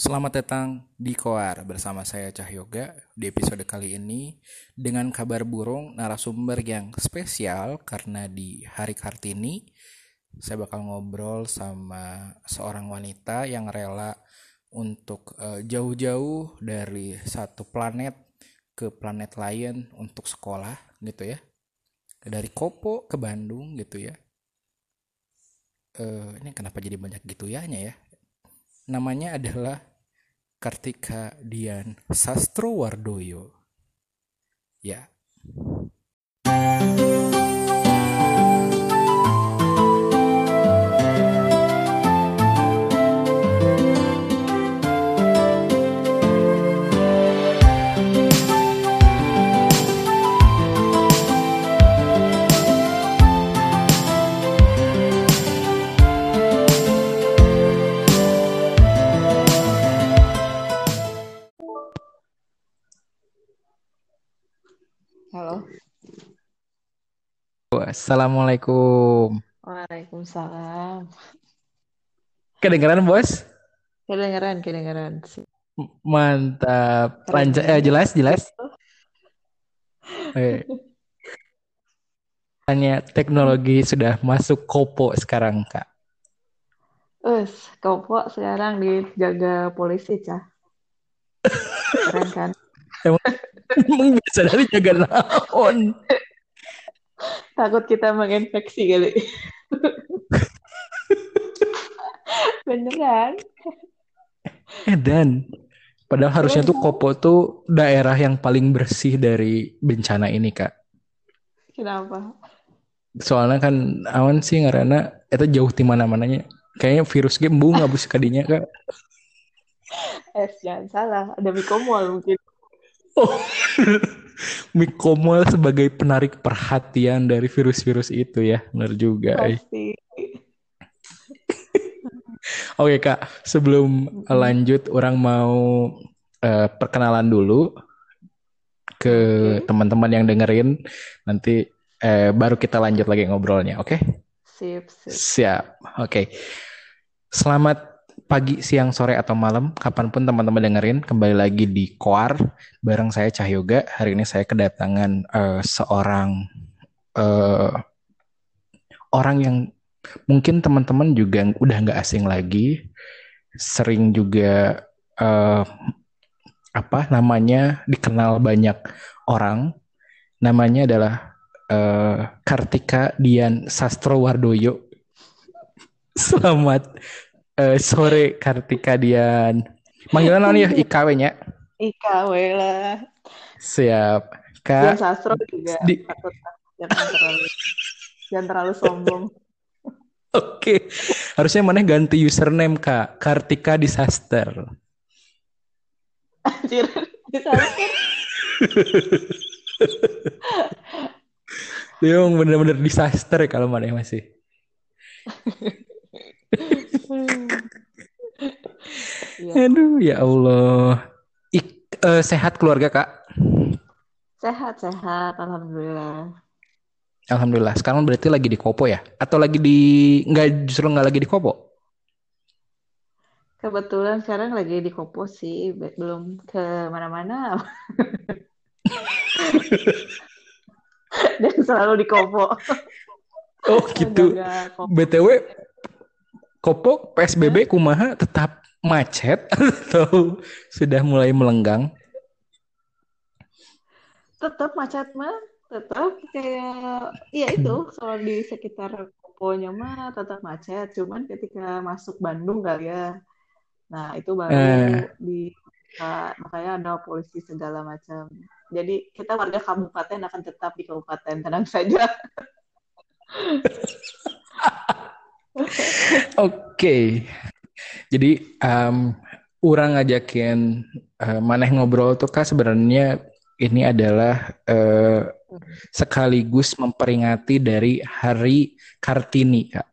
Selamat datang di Koar bersama saya Cahyoga. Di episode kali ini dengan kabar burung narasumber yang spesial karena di hari Kartini saya bakal ngobrol sama seorang wanita yang rela untuk jauh-jauh dari satu planet ke planet lain untuk sekolah gitu ya. Dari Kopo ke Bandung gitu ya. Ini kenapa jadi banyak gitu ya? Namanya adalah Kartika Dian Sastrowardoyo. Ya. Halo. Assalamualaikum. Waalaikumsalam. Kedengeran, Bos? Kedengeran. Mantap. Keren Lancar, ya. jelas, Sip jelas. tuh. Eh, Hanya teknologi sudah masuk Kopo sekarang, Kak. Kau sekarang dijaga polisi, Cah. Keren kan? Emang, emang biasa dari jaga naon. Takut kita menginfeksi kali. Beneran? Dan padahal harusnya tuh Bener. Kopo tuh daerah yang paling bersih dari bencana ini, Kak. Kenapa? Soalnya kan awan sih ngarana itu jauh di mana-mananya. Kayaknya virus game bunga bus kadinya, Kak. Jangan salah. Ada mikomol mungkin. Oh, Mikomol sebagai penarik perhatian dari virus-virus itu ya, benar juga. Pasti. Oke Kak, sebelum Mm-mm. lanjut, orang mau perkenalan dulu ke Oke. teman-teman yang dengerin. Nanti baru kita lanjut lagi ngobrolnya. Oke? Sip. Siap. Oke. Selamat pagi, siang, sore, atau malam, kapanpun teman-teman dengerin. Kembali lagi di Koar bareng saya Cahyoga. Hari ini saya kedatangan seorang eh, orang yang mungkin teman-teman juga udah nggak asing lagi, sering juga eh, apa namanya dikenal banyak orang. Namanya adalah Kartika Dian Sastrowardoyo. Selamat sore Kartika Dian. Manggilan naon ya IKW-nya? IKW lah. Siap. Dian Kak Sastro juga. di Takut jangan terlalu sombong. Oke. Harusnya mana ganti username Kak. Kartika Disaster. Anjir. Disaster. Dia emang bener-bener disaster kalau mana masih. Hmm. Iya. Aduh, ya Allah. Sehat keluarga, Kak? Sehat. Alhamdulillah. Alhamdulillah. Sekarang berarti lagi di Kopo ya? Atau lagi di... Nggak, justru nggak lagi di Kopo? Kebetulan sekarang lagi di Kopo sih, belum ke mana-mana dan selalu di Kopo. Oh gitu. Jaga Kopo. BTW, Kopo PSBB Ya, kumaha tetap macet atau sudah mulai melenggang? tetap macet mah, tetap kayak, iya itu, kalau di sekitar Koponya mah tetap macet, cuman ketika masuk Bandung kali ya, nah itu baru Eh, di makanya ada polisi segala macam. Jadi kita warga kabupaten akan tetap di kabupaten, tenang saja. Oke. Jadi, orang ngajakin maneh ngobrol tuh Kak sebenarnya ini adalah sekaligus memperingati dari Hari Kartini, Kak.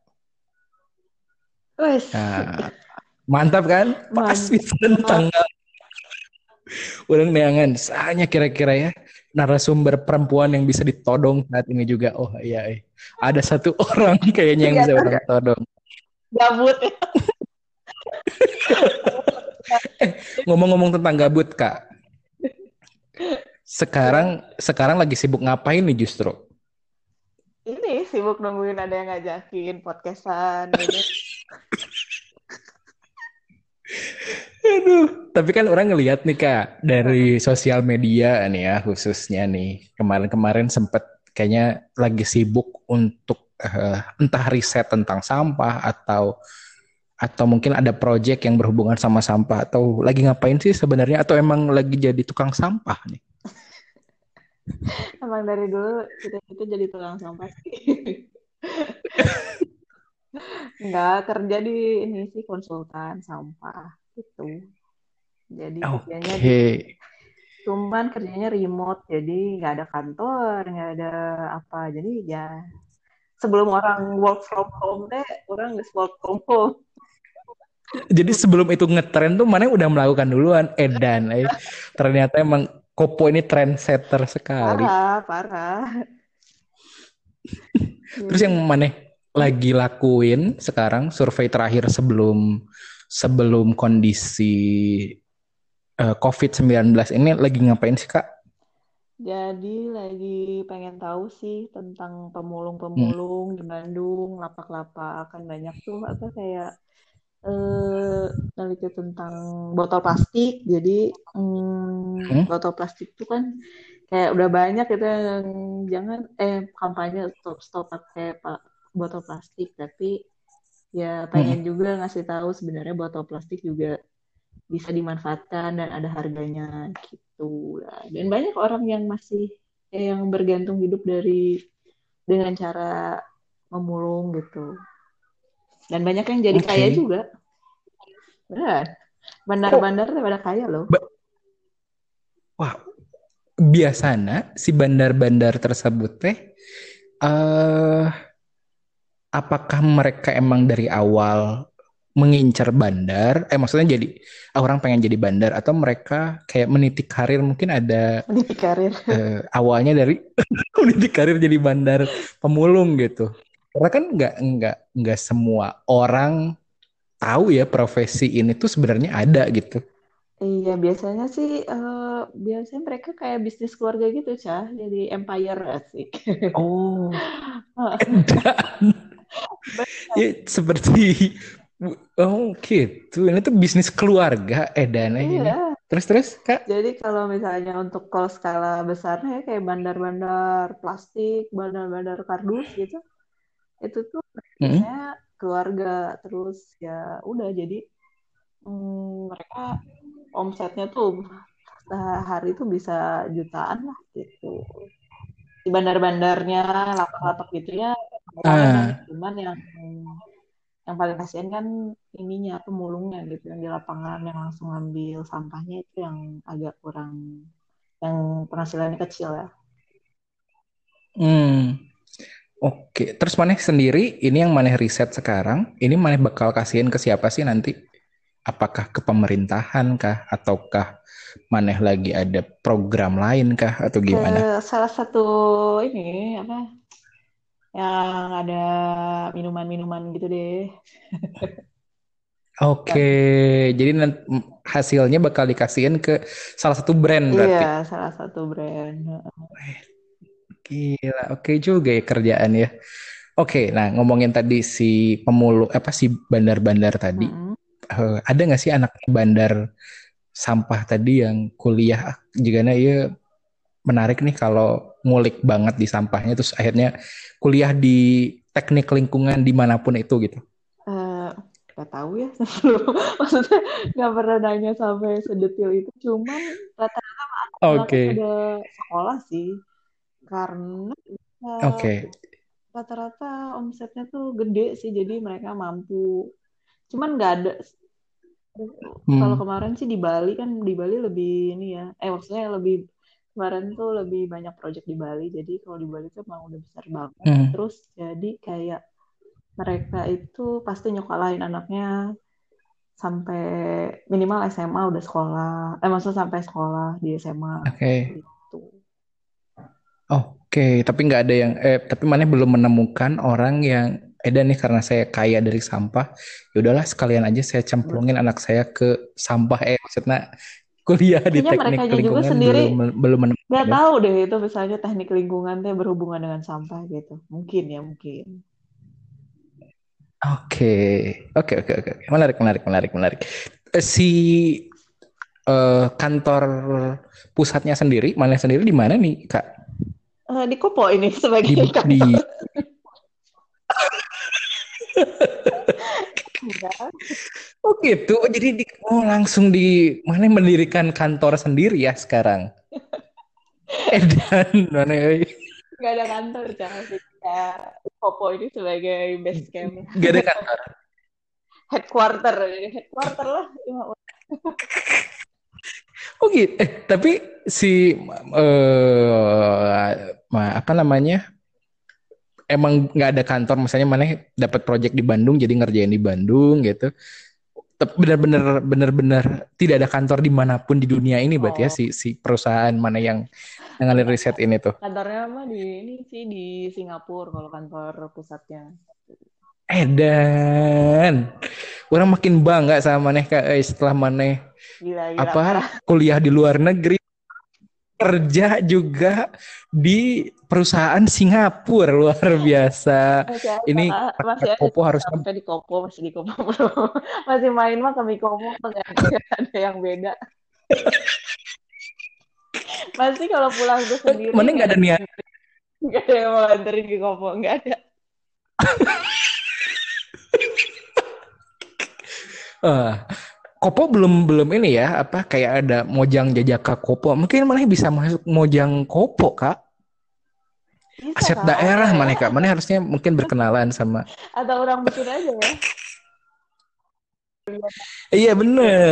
Wes, Nah, mantap kan? Pas Vincent mantap. tanggal orang neangan. Soalnya kira-kira ya narasumber perempuan yang bisa ditodong saat ini juga. Oh iya, ada satu orang kayaknya yang bisa Ternyata orang todong. gabut ya. Ngomong-ngomong tentang gabut, Kak. Ya, Sekarang lagi sibuk ngapain nih justru? ini sibuk nungguin ada yang ngajakin podcastan gitu. Aduh, tapi kan orang ngelihat nih Kak Heeh. dari sosial media nih ya khususnya nih. Kemarin-kemarin sempet kayaknya lagi sibuk untuk entah riset tentang sampah atau mungkin ada project yang berhubungan sama sampah atau lagi ngapain sih sebenarnya atau emang lagi jadi tukang sampah nih? Emang dari dulu kita itu jadi tukang sampah sih. Nggak kerja di ini sih konsultan sampah gitu. Jadi kerjanya di, Oke. cuman kerjanya remote, jadi nggak ada kantor, nggak ada apa. Jadi ya sebelum orang work from home deh, orang nggak work from home. Jadi sebelum itu ngetren tuh mana udah melakukan duluan edan. Ternyata emang Kopo ini trendsetter sekali. Parah, parah. Terus yang Jadi mana lagi lakuin sekarang survei terakhir sebelum sebelum kondisi COVID-19 ini lagi ngapain sih Kak? Jadi lagi pengen tahu sih tentang Hmm. pemulung-pemulung di Bandung, lapak-lapak kan banyak tuh apa kayak eh neliti tentang botol plastik. Jadi Hmm? botol plastik tuh kan kayak udah banyak gitu yang jangan kampanye stop stop pakai botol plastik, tapi ya Hmm. pengen juga ngasih tahu sebenarnya botol plastik juga bisa dimanfaatkan dan ada harganya gitu. Nah, dan banyak orang yang masih yang bergantung hidup dari dengan cara memulung gitu. Dan banyak yang jadi kaya Oke. juga. Benar. Oh, Bandar-bandar pada kaya loh. ba- wah, biasanya si bandar-bandar tersebut teh eh apakah mereka emang dari awal mengincar bandar? Maksudnya jadi orang pengen jadi bandar atau mereka kayak meniti karir mungkin ada Meniti karir. awalnya dari meniti karir jadi bandar pemulung gitu. Karena kan nggak semua orang tahu ya profesi ini tuh sebenarnya ada gitu. Iya, biasanya sih biasanya mereka kayak bisnis keluarga gitu, Cah. Jadi empire asik. Oh, ya seperti oh gitu. Ini tuh bisnis keluarga edannya ini. Iya, Terus terus Kak. jadi kalau misalnya untuk kalau skala besarnya ya kayak bandar-bandar plastik, bandar-bandar kardus gitu, itu tuh Hmm? biasanya keluarga terus ya udah jadi mereka omsetnya tuh sehari itu bisa jutaan lah gitu. Di bandar-bandarnya, lapak-lapak gitu ya aman-aman. Ah, Cuman yang paling kasihan kan ininya pemulungnya gitu yang di lapangan yang langsung ngambil sampahnya itu yang agak kurang, yang penghasilannya kecil ya. hmm. Oke, terus Maneh sendiri, ini yang Maneh riset sekarang, ini Maneh bakal kasihin ke siapa sih nanti? Apakah ke pemerintahan kah? Ataukah Maneh lagi ada program lain kah? Atau Ke gimana? salah satu ini apa yang ada minuman-minuman gitu deh. Oke, Yang jadi nanti hasilnya bakal dikasihin ke salah satu brand iya berarti. salah satu brand. Gila, oke juga ya kerjaan ya. Oke, nah ngomongin tadi si pemulung, apa si bandar-bandar tadi, Mm-mm. ada nggak sih anak bandar sampah tadi yang kuliah juga ya menarik nih kalau ngulik banget di sampahnya terus akhirnya kuliah di teknik lingkungan dimanapun itu gitu. Eh, Gak tahu ya, maksudnya nggak pernah nanya sampai sedetil itu. Cuman rata-rata anaknya pada Oke, sekolah sih, karena eh, oke. rata-rata omsetnya tuh gede sih, jadi mereka mampu. Cuman nggak ada. Kalau Hmm, kemarin sih di Bali kan, di Bali lebih ini ya, maksudnya lebih kemarin tuh lebih banyak project di Bali. Jadi kalau di Bali tuh emang udah besar banget. hmm. Terus jadi kayak mereka itu pasti nyokolain anaknya sampai minimal SMA udah sekolah. Maksudnya sampai sekolah di SMA Oke. gitu. Oke, tapi nggak ada yang tapi mana belum menemukan orang yang Edan nih karena saya kaya dari sampah, ya udahlah sekalian aja saya cemplungin anak saya ke sampah, maksudnya kuliah di Kayaknya mereka teknik juga lingkungan sendiri belum nggak menemukan. tahu deh itu misalnya teknik lingkungan tuh berhubungan dengan sampah gitu. Mungkin ya, mungkin. Oke, oke, oke, oke, oke. Menarik, menarik, menarik, menarik. Si kantor pusatnya sendiri, mana sendiri di mana nih, Kak? Di Kopo ini sebagai Di kantor. di Enggak. Oh gitu. Oh, jadi langsung di mana mendirikan kantor sendiri ya sekarang. Dan mana Nggak ada kantor, Cak. Ya, Kopo ini sebagai base camp. gak ada kantor. Headquarter. Headquarter lah. Oh gitu. Tapi si apa namanya? Emang nggak ada kantor, misalnya mana dapat project di Bandung jadi ngerjain di Bandung gitu. Tapi benar-benar tidak ada kantor dimanapun di dunia ini berarti ya Oh, si perusahaan mana yang ngalin enggak. riset ini tuh. Kantornya mah di ini sih di Singapura kalau kantor pusatnya. Dan orang makin bangga sama maneh Kak, setelah maneh Gila, gila, apa parah. kuliah di luar negeri, kerja juga di perusahaan Singapura, luar biasa. Masih aja, Ini Kak. Masih Kak aja Popo harusnya sampai di Kopo, masih di Kopo bro. Masih main mah ke Mikomo, nggak ada yang beda. Pasti kalau pulang tuh sendiri, mana nggak ada niat. nggak ada yang mau anterin ke Kopo, nggak ada. eh Kopo belum belum ini ya apa kayak ada Mojang Jajaka Kopo. Mungkin mana bisa masuk Mojang Kopo Kak. Bisa Aset Kak, apa daerah ya? mana Kak. Mana harusnya mungkin berkenalan sama. Atau orang bikin aja ya. Iya bener.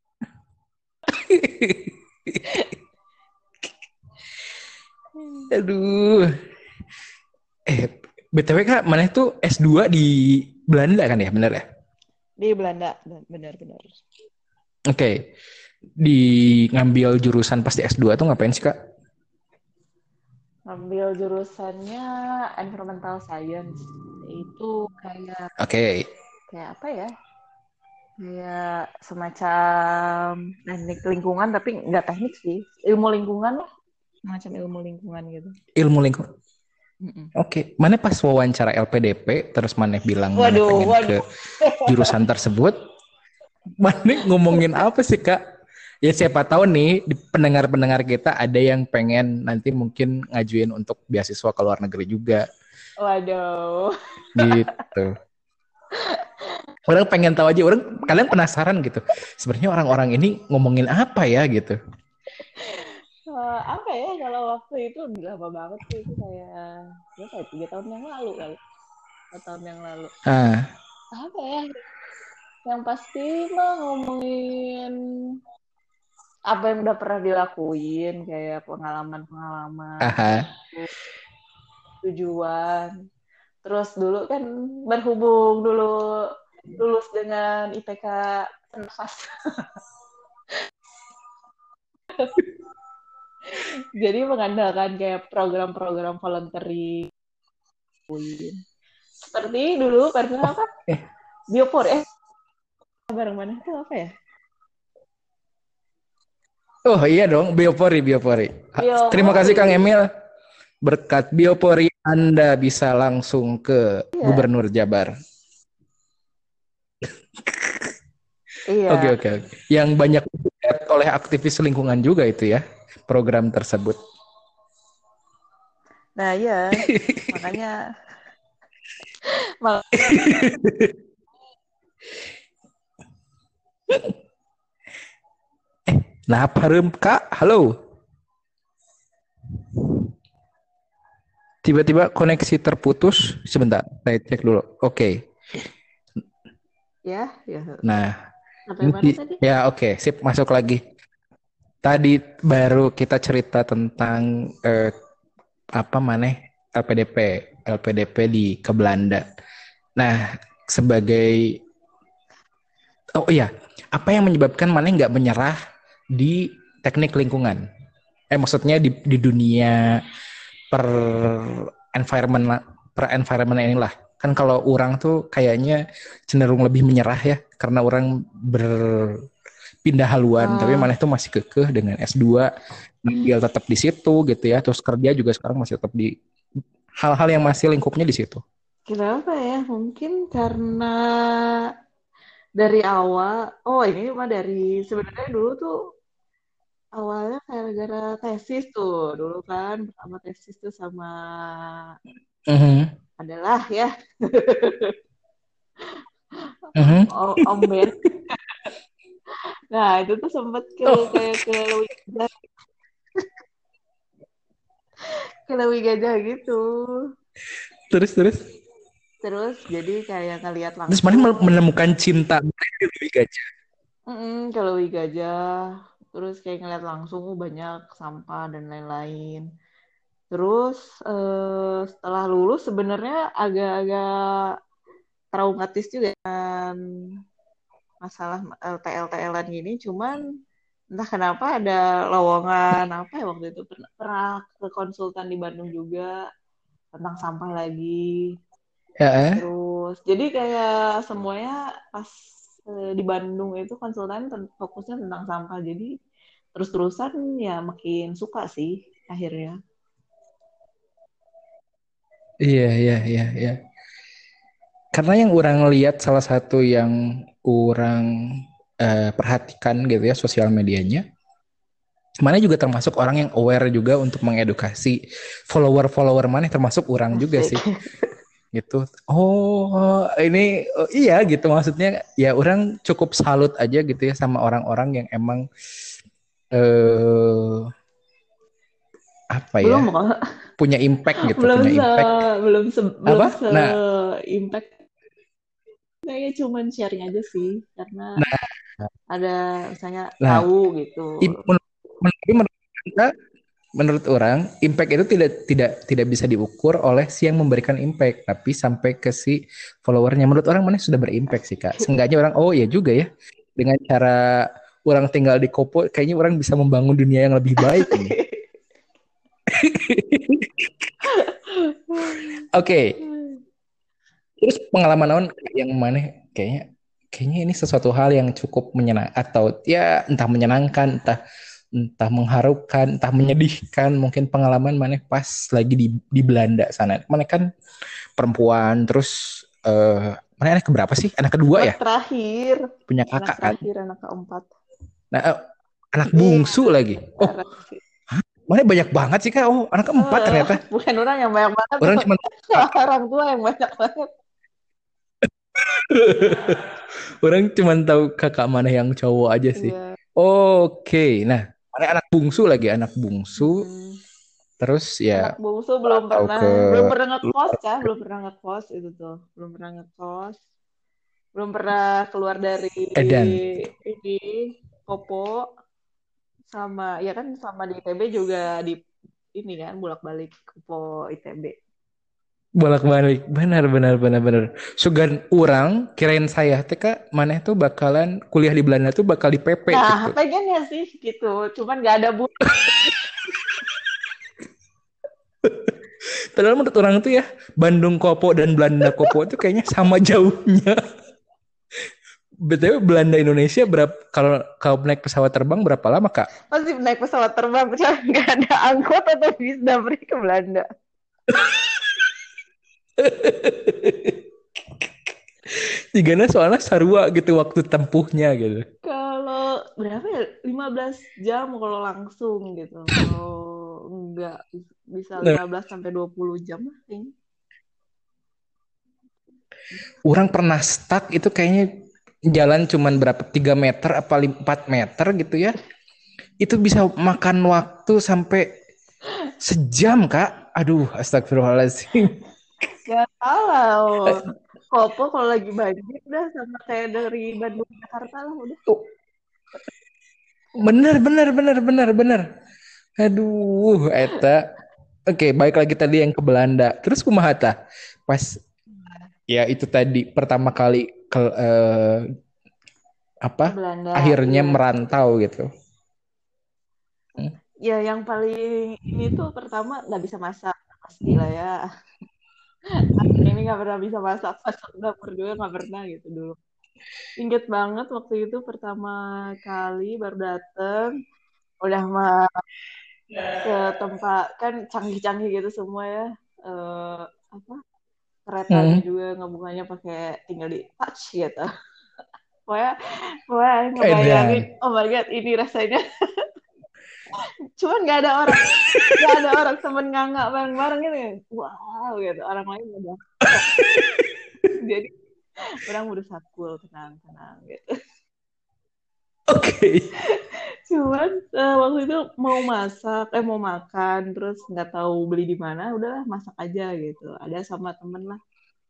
Aduh. Eh, BTW Kak, mana itu S2 di Belanda kan ya, bener ya? Di Belanda, benar-benar. Oke. Di ngambil jurusan pasti S2 tuh ngapain sih Kak? Ngambil jurusannya environmental science. Itu kayak Oke. kayak apa ya? Kayak semacam teknik lingkungan tapi nggak teknik sih. Ilmu lingkungan lah, semacam ilmu lingkungan gitu. Ilmu lingkungan. Mm-mm. Oke. Mana pas wawancara LPDP, terus mana bilang mana Waduh, pengen waduh. ke jurusan tersebut, mana ngomongin apa sih Kak? Ya siapa tahu nih di pendengar-pendengar kita ada yang pengen nanti mungkin ngajuin untuk beasiswa ke luar negeri juga Waduh. gitu. Orang pengen tahu aja, orang kalian penasaran gitu. Sebenarnya orang-orang ini ngomongin apa ya gitu. Apa ya kalau waktu itu udah lama banget sih itu kayak berapa ya, 3 tahun yang lalu kali, 4 tahun yang lalu. Ah, Apa ya? Yang pasti mah ngomongin apa yang udah pernah dilakuin kayak pengalaman-pengalaman, aha, tujuan. Terus dulu kan berhubung dulu lulus dengan IPK nafas. Jadi mengandalkan kayak program-program voluntary. Seperti dulu pernah oh, apa? Biopor bareng mana itu apa ya? oh iya dong, Biopori, Biopori. Terima kasih Kang Biopori. Emil. Berkat Biopori Anda bisa langsung ke Iya, Gubernur Jabar. Oke, iya. oke, oke. Yang banyak dilihat oleh aktivis lingkungan juga itu ya, program tersebut. Nah, iya. Makanya mak- Nah, parem Kak, halo. Tiba-tiba koneksi terputus. Sebentar, saya cek dulu. Oke. ya, ya. Nah, Sampai mana ini tadi? ya oke, sip masuk lagi. Tadi baru kita cerita tentang apa maneh LPDP, LPDP di ke Belanda. Nah, sebagai oh iya, apa yang menyebabkan maneh nggak menyerah di teknik lingkungan? Maksudnya di dunia per environment per environment inilah Kan kalau orang tuh kayaknya cenderung lebih menyerah ya, karena orang berpindah haluan. Tapi Ah, maneh tuh masih kekeh dengan S2, ngambil tetap di situ gitu ya. Terus kerja juga sekarang masih tetap di hal-hal yang masih lingkupnya di situ. kenapa ya? Mungkin karena dari awal, oh ini mah dari sebenarnya dulu tuh awalnya kayak gara tesis tuh dulu kan pertama tesis tuh sama Mhm. adalah ya Mhm. Om Ben. Nah itu tuh sempet Oh, kayak ke Lewi Gajah gitu. terus terus. Terus jadi kayak ngeliat Terus maneh langsung, menemukan cinta di Dewi Gajah. ke Lewi Gajah. Terus kayak ngeliat langsung banyak sampah dan lain-lain. Terus setelah lulus sebenarnya agak-agak traumatis juga kan masalah TL-TLan gini. Cuman entah kenapa ada lowongan apa ya waktu itu pernah ke konsultan di Bandung juga tentang sampah lagi. Ya. Terus jadi kayak semuanya pas di Bandung itu konsultan fokusnya tentang sampah. Jadi terus-terusan ya makin suka sih akhirnya. Iya, iya, iya, iya. Karena yang orang lihat salah satu yang orang perhatikan gitu ya sosial medianya, mana juga termasuk orang yang aware juga untuk mengedukasi follower-follower mana termasuk orang juga Asik. sih gitu. Oh, ini oh, iya gitu maksudnya ya orang cukup salut aja gitu ya sama orang-orang yang emang eh apa ya Belum kok. punya impact gitu, Belum punya se impact belum apa? se Nah, impact kayaknya cuman sharing aja sih karena nah, ada misalnya nah, tahu gitu. menurut orang impact itu tidak bisa diukur oleh si yang memberikan impact tapi sampai ke si followernya. Menurut orang mana sudah berimpact sih kak, seenggaknya orang oh ya juga ya dengan cara orang tinggal di Kopo kayaknya orang bisa membangun dunia yang lebih baik ini. Oke, terus pengalaman naon yang mana kayaknya kayaknya ini sesuatu hal yang cukup menyenangkan atau ya entah menyenangkan entah entah mengharukan entah menyedihkan mungkin pengalaman mana pas lagi di Belanda sana mana kan perempuan terus mana anak keberapa sih anak kedua Anak ya terakhir, punya anak kakak kan terakhir, anak keempat. nah anak Iya, bungsu lagi oh parah sih. mana banyak banget sih kak oh anak keempat ternyata Bukan orang yang banyak banget, orang cuma orang tua yang banyak banget. orang cuma tahu kakak mana yang cowok aja sih. Iya. Oke, nah ada anak bungsu lagi, anak bungsu. Mm-mm. Terus ya Anak bungsu tahu ke belum pernah ngekos ya, belum pernah ngekos itu tuh, belum pernah ngekos, belum pernah keluar dari Edan. ini Kopo sama ya kan sama di ITB juga di ini kan bolak-balik Kopo ITB. Bolak-balik, benar benar benar benar. Sugan orang kirain saya teh kak, maneh tuh bakalan kuliah di Belanda tuh bakal di PP Nah, gitu. pengennya sih gitu, cuman nggak ada bu. Padahal menurut orang tuh ya Bandung Kopo dan Belanda Kopo itu kayaknya sama jauhnya. BTW Belanda Indonesia berapa kalau kalau naik pesawat terbang berapa lama kak? Pasti naik pesawat terbang, misalnya nggak ada angkot atau bis damri ke Belanda. Tigana soalnya sarua gitu waktu tempuhnya gitu. Kalau berapa ya? 15 jam kalau langsung gitu. Kalau enggak bisa Nah, 15 sampai 20 jam lah kayaknya. orang pernah stuck itu kayaknya jalan cuman berapa 3 meter apa 4 meter gitu ya. Itu bisa makan waktu sampai sejam kak. Aduh astagfirullahaladzim. Gak salah. Kopo kalau lagi banjir udah sama kayak dari Bandung ke Jakarta lah udah. Bener bener bener bener bener. Aduh eta. Oke baik lagi tadi yang ke Belanda. Terus kumaha tah? Pas ya itu tadi pertama kali ke apa Ke Belanda, akhirnya iya. merantau gitu. Hmm. Ya yang paling ini tuh pertama nggak bisa masak pasti lah ya. Ini nggak pernah bisa masak, masak dapur juga nggak pernah gitu dulu. Ingat banget waktu itu pertama kali baru dateng, udah mah ke tempat kan canggih-canggih gitu semua ya. Apa keretanya Hmm. juga ngebukanya pakai tinggal di touch gitu. Pokoknya, pokoknya ngebayangin, Edan. oh my god, ini rasanya. Cuman nggak ada orang temen nganggak bareng-bareng gitu. Wow gitu, orang lain udah shock. Jadi orang berusaha cool, tenang, tenang gitu. Oke. Cuman waktu itu mau masak, mau makan, terus nggak tahu beli di mana, udahlah masak aja gitu. Ada sama temen lah,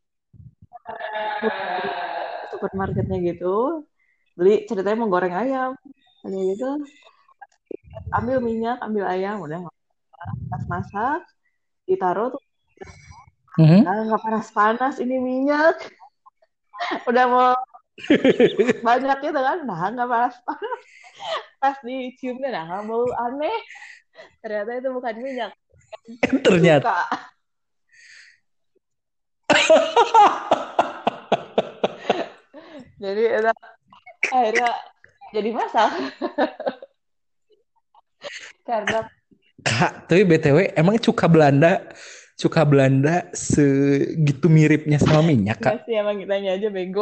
di supermarketnya gitu, beli ceritanya mau goreng ayam, ada gitu, ambil minyak, ambil ayam, udah pas masak, ditaruh tuh, Mhm. nah nggak panas-panas ini minyak, udah mau banyak gitu kan, nah nggak panas-panas, pas diciumnya, nah nggak bau aneh, ternyata itu bukan minyak, Ternyata. cuka. Jadi udah akhirnya jadi masak karena Kak, tapi BTW emang cuka Belanda segitu miripnya sama minyak, nggak Kak? sih emang kitanya aja bego.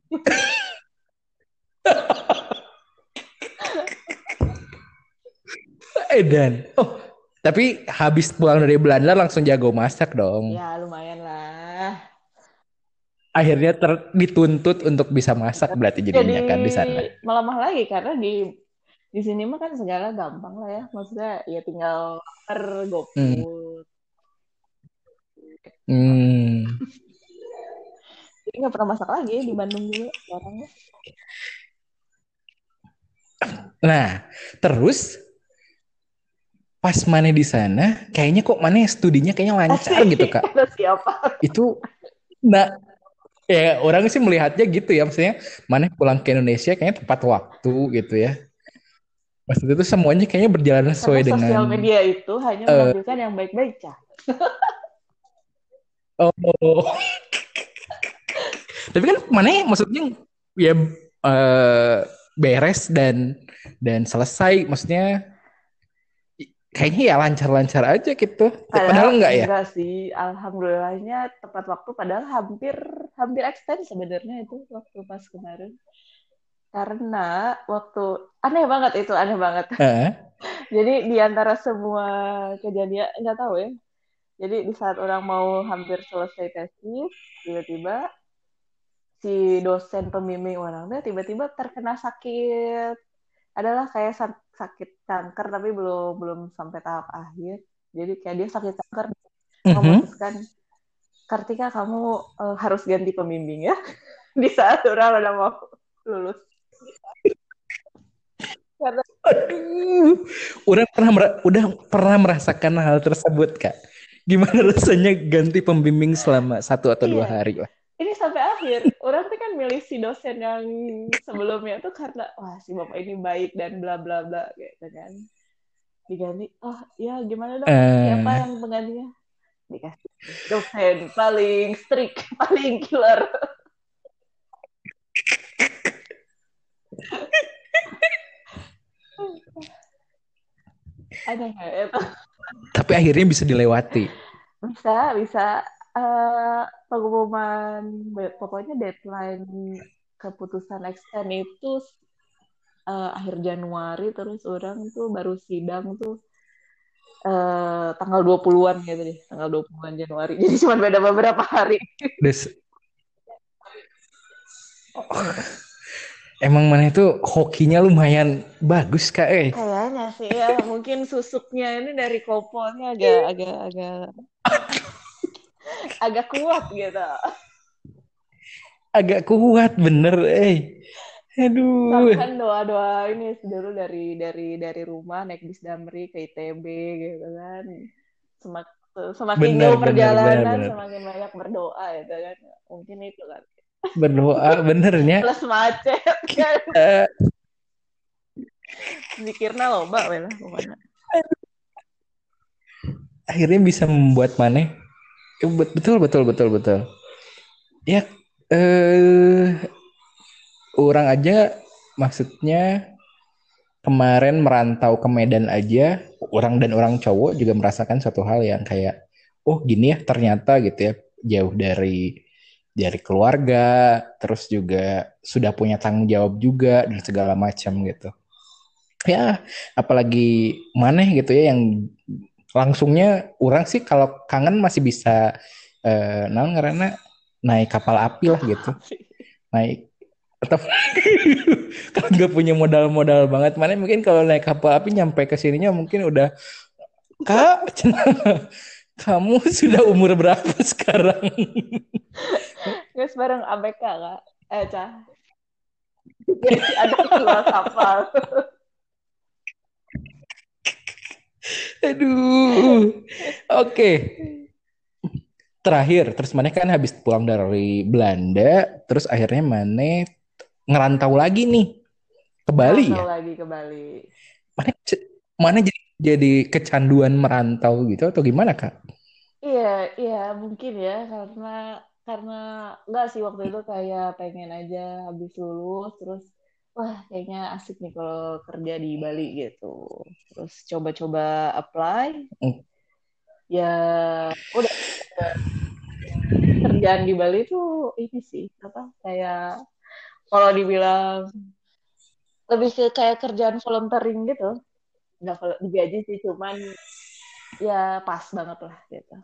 Edan. Oh, tapi habis pulang dari Belanda langsung jago masak dong. Ya lumayan lah. Akhirnya dituntut untuk bisa masak berarti Jadi jadinya kan di sana. melemah lagi karena di sini mah kan segala gampang lah ya. Maksudnya ya tinggal order Hmm. GoFood. Hmm. Jadi nggak pernah masak lagi di Bandung juga orangnya. Nah, terus pas Maneh di sana, kayaknya kok Maneh studinya kayaknya lancar Asik, gitu, Kak. kata siapa? Itu, nah, ya orang sih melihatnya gitu ya, maksudnya Maneh pulang ke Indonesia kayaknya tepat waktu gitu ya. Maksudnya itu semuanya kayaknya berjalan Karena sesuai dengan sosial media itu hanya eh menampilkan yang baik-baik, Cah. oh, tapi kan Maneh maksudnya ya eh, beres dan selesai, maksudnya kayaknya ya lancar-lancar aja gitu. Padahal Padahal enggak ya. enggak sih, alhamdulillahnya tepat waktu. Padahal hampir hampir extend sebenarnya itu waktu pas kemarin. Karena waktu aneh banget itu, aneh banget. Heeh. Jadi di antara semua kejadian nggak tahu ya. Jadi di saat orang mau hampir selesai tesis, tiba-tiba si dosen pembimbing orangnya tiba-tiba terkena sakit. Adalah kayak sakit kanker tapi belum belum sampai tahap akhir. Jadi kayak dia sakit kanker Mhm. memutuskan Kartika kamu harus ganti pembimbing ya di saat orang udah mau lulus. Karena Aduh, udah pernah merasakan hal tersebut, Kak. Gimana rasanya ganti pembimbing selama 1 atau 2 hari lah? ini sampai akhir orang tuh kan milih si dosen yang sebelumnya tuh karena wah si bapak ini baik dan bla bla bla gitu kan diganti oh ya gimana dok siapa Eh, yang penggantinya dikasih dosen paling strict paling killer ada nggak itu tapi akhirnya bisa dilewati. bisa bisa eh pengumuman pokoknya deadline keputusan extend itu akhir Januari terus orang tuh baru sidang tuh tanggal 20-an gitu deh, tanggal 20-an Januari. Jadi cuma beda beberapa hari. Des, emang mana itu hokinya lumayan bagus, Kak. Kayaknya sih ya, mungkin susuknya ini dari kopolnya agak agak agak agak kuat gitu. Agak kuat bener, Aduh. Misalkan doa-doa ini dulu dari rumah naik bis Damri ke ITB gitu kan. Semak, semakin Bener, jauh bener, bener, perjalanan, bener. semakin banyak berdoa gitu kan. Mungkin itu kan. Berdoa benernya. Plus macet kan. Eh, Mikirnya loba lah pokoknya. akhirnya bisa membuat maneh Betul betul betul betul. Ya, eh orang aja maksudnya kemarin merantau ke Medan aja, orang dan orang cowok juga merasakan suatu hal yang kayak, oh gini ya ternyata gitu ya, jauh dari keluarga, terus juga sudah punya tanggung jawab juga dan segala macam gitu. Ya, apalagi maneh gitu ya yang langsungnya orang sih kalau kangen masih bisa naon karena naik kapal api lah Kapal gitu. api. Naik atau kalau nggak punya modal-modal banget mana mungkin kalau naik kapal api nyampe ke sininya mungkin udah kak kamu sudah umur berapa sekarang. Guys, bareng ABK, Kak. Cah. Ya, ada jual kapal. Aduh, oke. Terakhir terus mana kan habis pulang dari Belanda terus akhirnya mana ngerantau lagi nih ke Bali Ngerantau ya. lagi ke Bali. Mana mana jadi kecanduan merantau gitu atau gimana kak? Iya, iya mungkin ya karena enggak sih waktu itu kayak pengen aja habis lulus terus wah kayaknya asik nih kalau kerja di Bali gitu. Terus coba-coba apply ya udah kerjaan di Bali tuh ini sih apa kayak kalau dibilang lebih ke kayak kerjaan volunteering gitu. Nggak kalau digaji sih cuman ya pas banget lah gitu.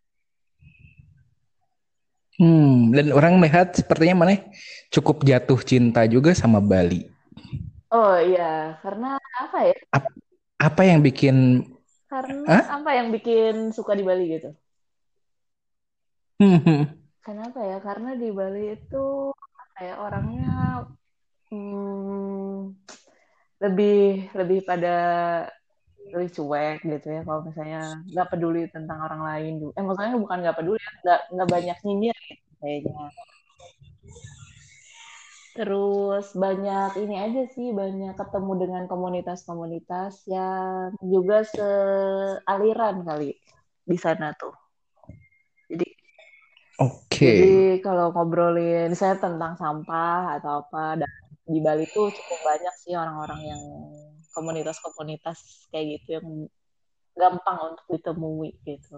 Dan orang melihat sepertinya mana cukup jatuh cinta juga sama Bali. Oh iya, karena apa ya? Ap- Apa yang bikin Karena ah? apa yang bikin suka di Bali gitu? Hmm, hmm. Kenapa ya? Karena di Bali itu kayak orangnya hmm, lebih lebih pada lebih cuek gitu ya. Kalau misalnya nggak peduli tentang orang lain juga. Maksudnya bukan nggak peduli, ya, nggak banyak nyinyir gitu kayaknya. Terus banyak ini aja sih, banyak ketemu dengan komunitas-komunitas yang juga sealiran kali di sana tuh. Jadi Oke. Jadi kalau ngobrolin saya tentang sampah atau apa, dan di Bali tuh cukup banyak sih orang-orang yang komunitas-komunitas kayak gitu yang gampang untuk ditemui gitu.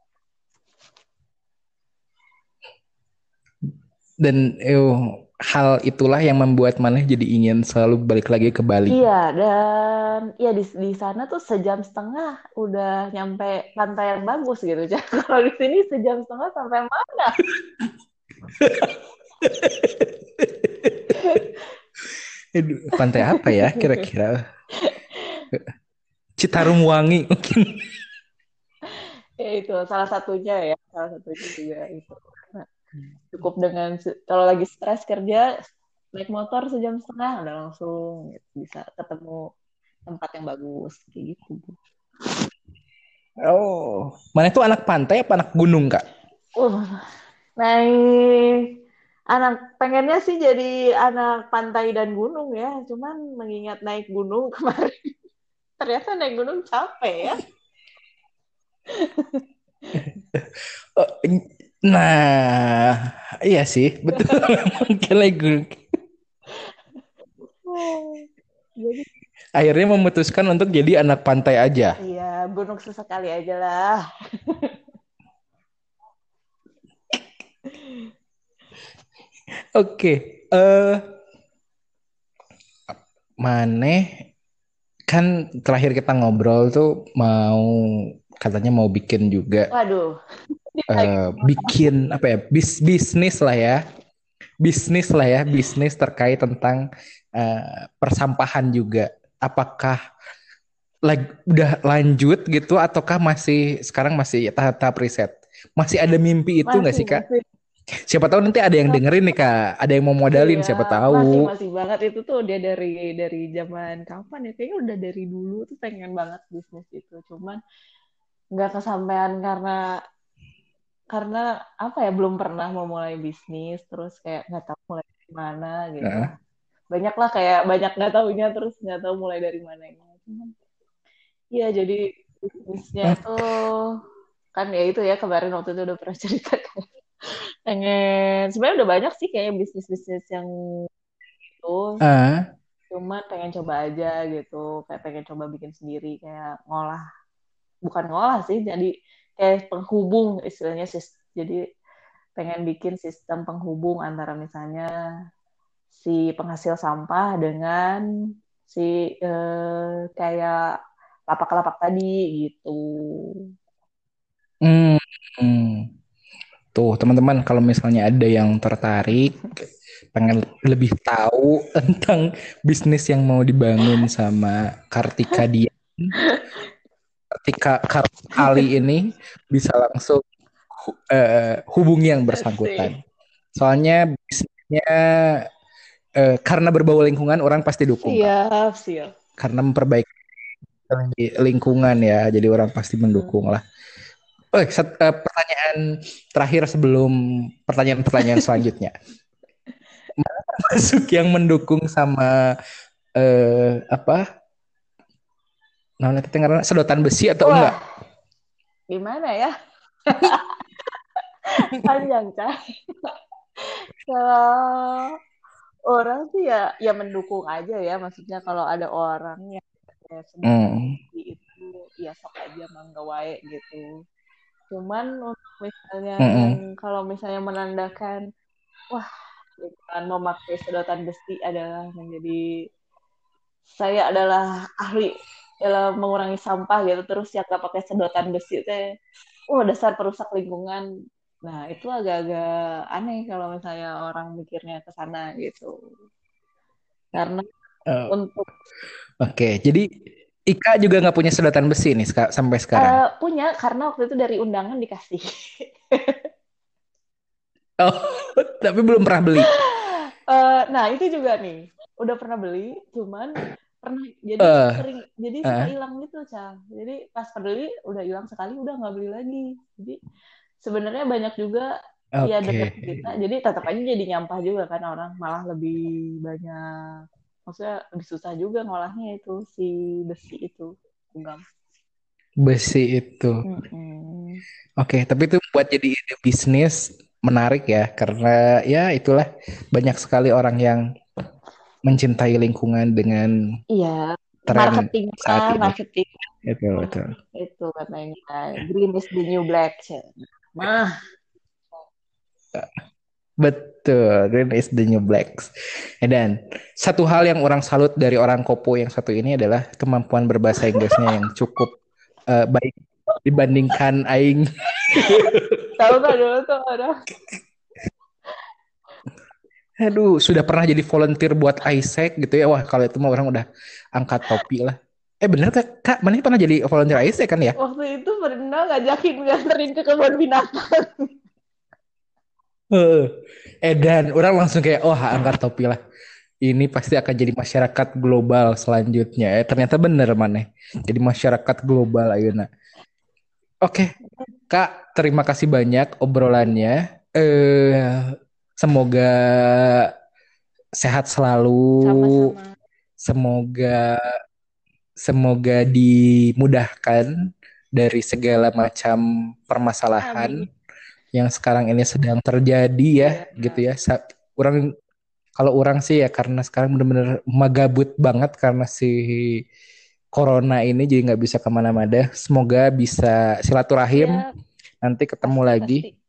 Dan hal itulah yang membuat Maneh jadi ingin selalu balik lagi ke Bali. Iya, dan ya di sana tuh sejam setengah udah nyampe pantai yang bagus gitu. Jadi kalau di sini sejam setengah sampai mana? Aduh, pantai apa ya kira-kira? Citarum Wangi mungkin. Ya itu salah satunya ya, salah satunya juga itu. Cukup dengan kalau lagi stres kerja naik motor sejam setengah udah langsung gitu, bisa ketemu tempat yang bagus kayak gitu. Oh, Maneh tuh anak pantai apa anak gunung, Kak? uh Naik anak pengennya sih jadi anak pantai dan gunung ya, cuman mengingat naik gunung kemarin ternyata naik gunung capek ya. Oh, nah, iya sih, betul memang kalau gunung. Jadi Akhirnya memutuskan untuk jadi anak pantai aja. iya gunung sesekali aja lah. Oke, Maneh kan terakhir kita ngobrol tuh mau katanya mau bikin juga Waduh, lagi bikin apa ya bisnis lah ya bisnis terkait tentang persampahan juga apakah udah lanjut gitu ataukah masih sekarang masih tahap-tahap riset masih ada mimpi itu nggak masih sih kak masih siapa tahu nanti ada yang dengerin nih kak ada yang mau modalin iya, siapa masih tahu. masih banget itu tuh dia dari zaman kapan ya? Kayaknya udah dari dulu tuh pengen banget bisnis itu. Cuman nggak kesampaian karena apa ya belum pernah memulai bisnis terus kayak nggak tahu mulai dari mana gitu. Heeh. Banyak lah kayak banyak nggak taunya terus nggak tahu mulai dari mananya. Cuman iya jadi bisnisnya tuh kan ya itu ya kemarin waktu itu udah pernah cerita kan. Pengen sebenarnya udah banyak sih kayak bisnis-bisnis yang itu, Ah, cuman pengen coba aja gitu, kayak pengen coba bikin sendiri kayak ngolah, bukan ngolah sih, jadi kayak penghubung istilahnya sih. Jadi pengen bikin sistem penghubung antara misalnya si penghasil sampah dengan si kayak lapak-lapak tadi gitu. hmm, hmm. Tuh teman-teman kalau misalnya ada yang tertarik pengen lebih tahu tentang bisnis yang mau dibangun sama Kartika dia, Kartika kali ini bisa langsung hubungi yang Asik. bersangkutan. Soalnya bisnisnya karena berbau lingkungan orang pasti dukung Kak. Siap, siap. Karena memperbaiki lingkungan ya, jadi orang pasti Hmm. mendukung lah. Pertanyaan terakhir sebelum pertanyaan-pertanyaan selanjutnya. Masuk yang mendukung sama apa namanya kedengaran sedotan besi atau Wah, enggak? gimana ya? Panjang, Cah. Kalau orang sih ya ya mendukung aja ya, maksudnya kalau ada orang yang kayak sedotan Hmm. besi itu ya sok aja mangga wae gitu. Cuman untuk misalnya yang Mm-mm. kalau misalnya menandakan wah dengan memakai sedotan besi adalah menjadi saya adalah ahli dalam mengurangi sampah gitu, terus yang nggak pakai sedotan besi teh dasar perusak lingkungan. Nah itu agak-agak aneh kalau misalnya orang mikirnya ke sana gitu, karena Oh, untuk Oke, jadi Ika juga nggak punya sedotan besi nih sampai sekarang. punya karena waktu itu dari undangan dikasih. Oh, tapi belum pernah beli. Nah itu juga nih udah pernah beli, cuman pernah jadi Eh, sering jadi suka eh, hilang gitu Cang. Jadi pas beli udah hilang sekali udah nggak beli lagi. Jadi sebenarnya banyak juga ya oke. dekat kita, jadi tetap aja jadi nyampah juga kan, orang malah lebih banyak, maksudnya lebih susah juga ngolahnya itu si besi itu logam. Besi itu. Mm-mm. Oke, tapi itu buat jadi ide bisnis menarik ya, karena ya itulah banyak sekali orang yang mencintai lingkungan dengan Iya, tren marketing saat ini. marketing Betul, betul. itu katanya green is the new black. Mah, Betul, green is the new black. Dan satu hal yang orang salut dari orang Kopo yang satu ini adalah kemampuan berbahasa Inggrisnya yang cukup baik dibandingkan Aing. tahu nggak dulu tuh orang. Aduh, sudah pernah jadi volunteer buat Isaac gitu ya. Wah, kalau itu mah orang udah angkat topi lah. Bener Kak? Kak, mana pernah jadi volunteer Isaac kan ya? Waktu itu pernah ngajakin nganterin ke kebun binatang. Heeh. Dan orang langsung kayak, oh angkat topi lah. Ini pasti akan jadi masyarakat global selanjutnya. Ternyata bener maneh. Jadi masyarakat global ayeuna. Oke, Kak, terima kasih banyak obrolannya. Semoga sehat selalu. Sama-sama. Semoga semoga dimudahkan dari segala macam permasalahan Amin. yang sekarang ini sedang terjadi ya, Iya. gitu ya. Orang kalau orang sih ya karena sekarang bener-bener magabut banget karena si corona ini jadi nggak bisa kemana-mana. Semoga bisa silaturahim Siap. nanti ketemu Pasti, lagi. pasti.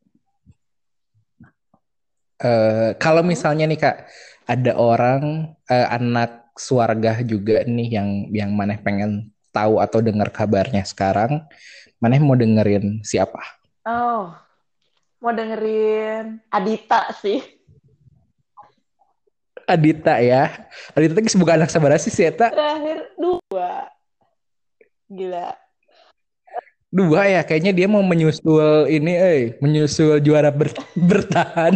Kalau Mm-mm. misalnya nih Kak, ada orang anak keluarga juga nih yang maneh pengen tahu atau dengar kabarnya sekarang, maneh mau dengerin siapa? Oh, mau dengerin Adita sih. Adita ya. Adita itu semoga anak sabar sih Eta. Terakhir dua. Gila. Dua ya, kayaknya dia mau menyusul ini, menyusul juara bertahan.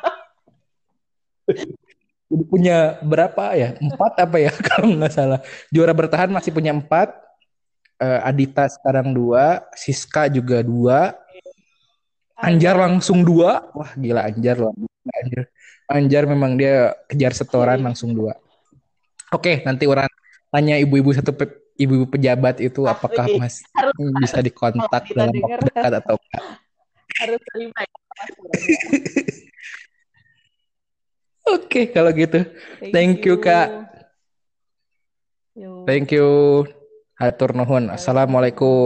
Jadi punya berapa ya? Empat apa ya kalau nggak salah. Juara bertahan masih punya empat. Adita sekarang dua, Siska juga dua, Anjar Anjar. langsung dua. Wah gila Anjar loh. Anjar. Anjar memang dia kejar setoran Iya. langsung dua. Oke, nanti orang tanya ibu-ibu satu ibu pejabat itu apakah Asli masih harus bisa kalau dikontak Adita dalam denger waktu dekat atau enggak? harus terima ya laporannya. Oke, kalau gitu. Thank Thank you, you. Kak. Yo, Thank you. Hatur nuhun. waalaikumsalam. Assalamualaikum.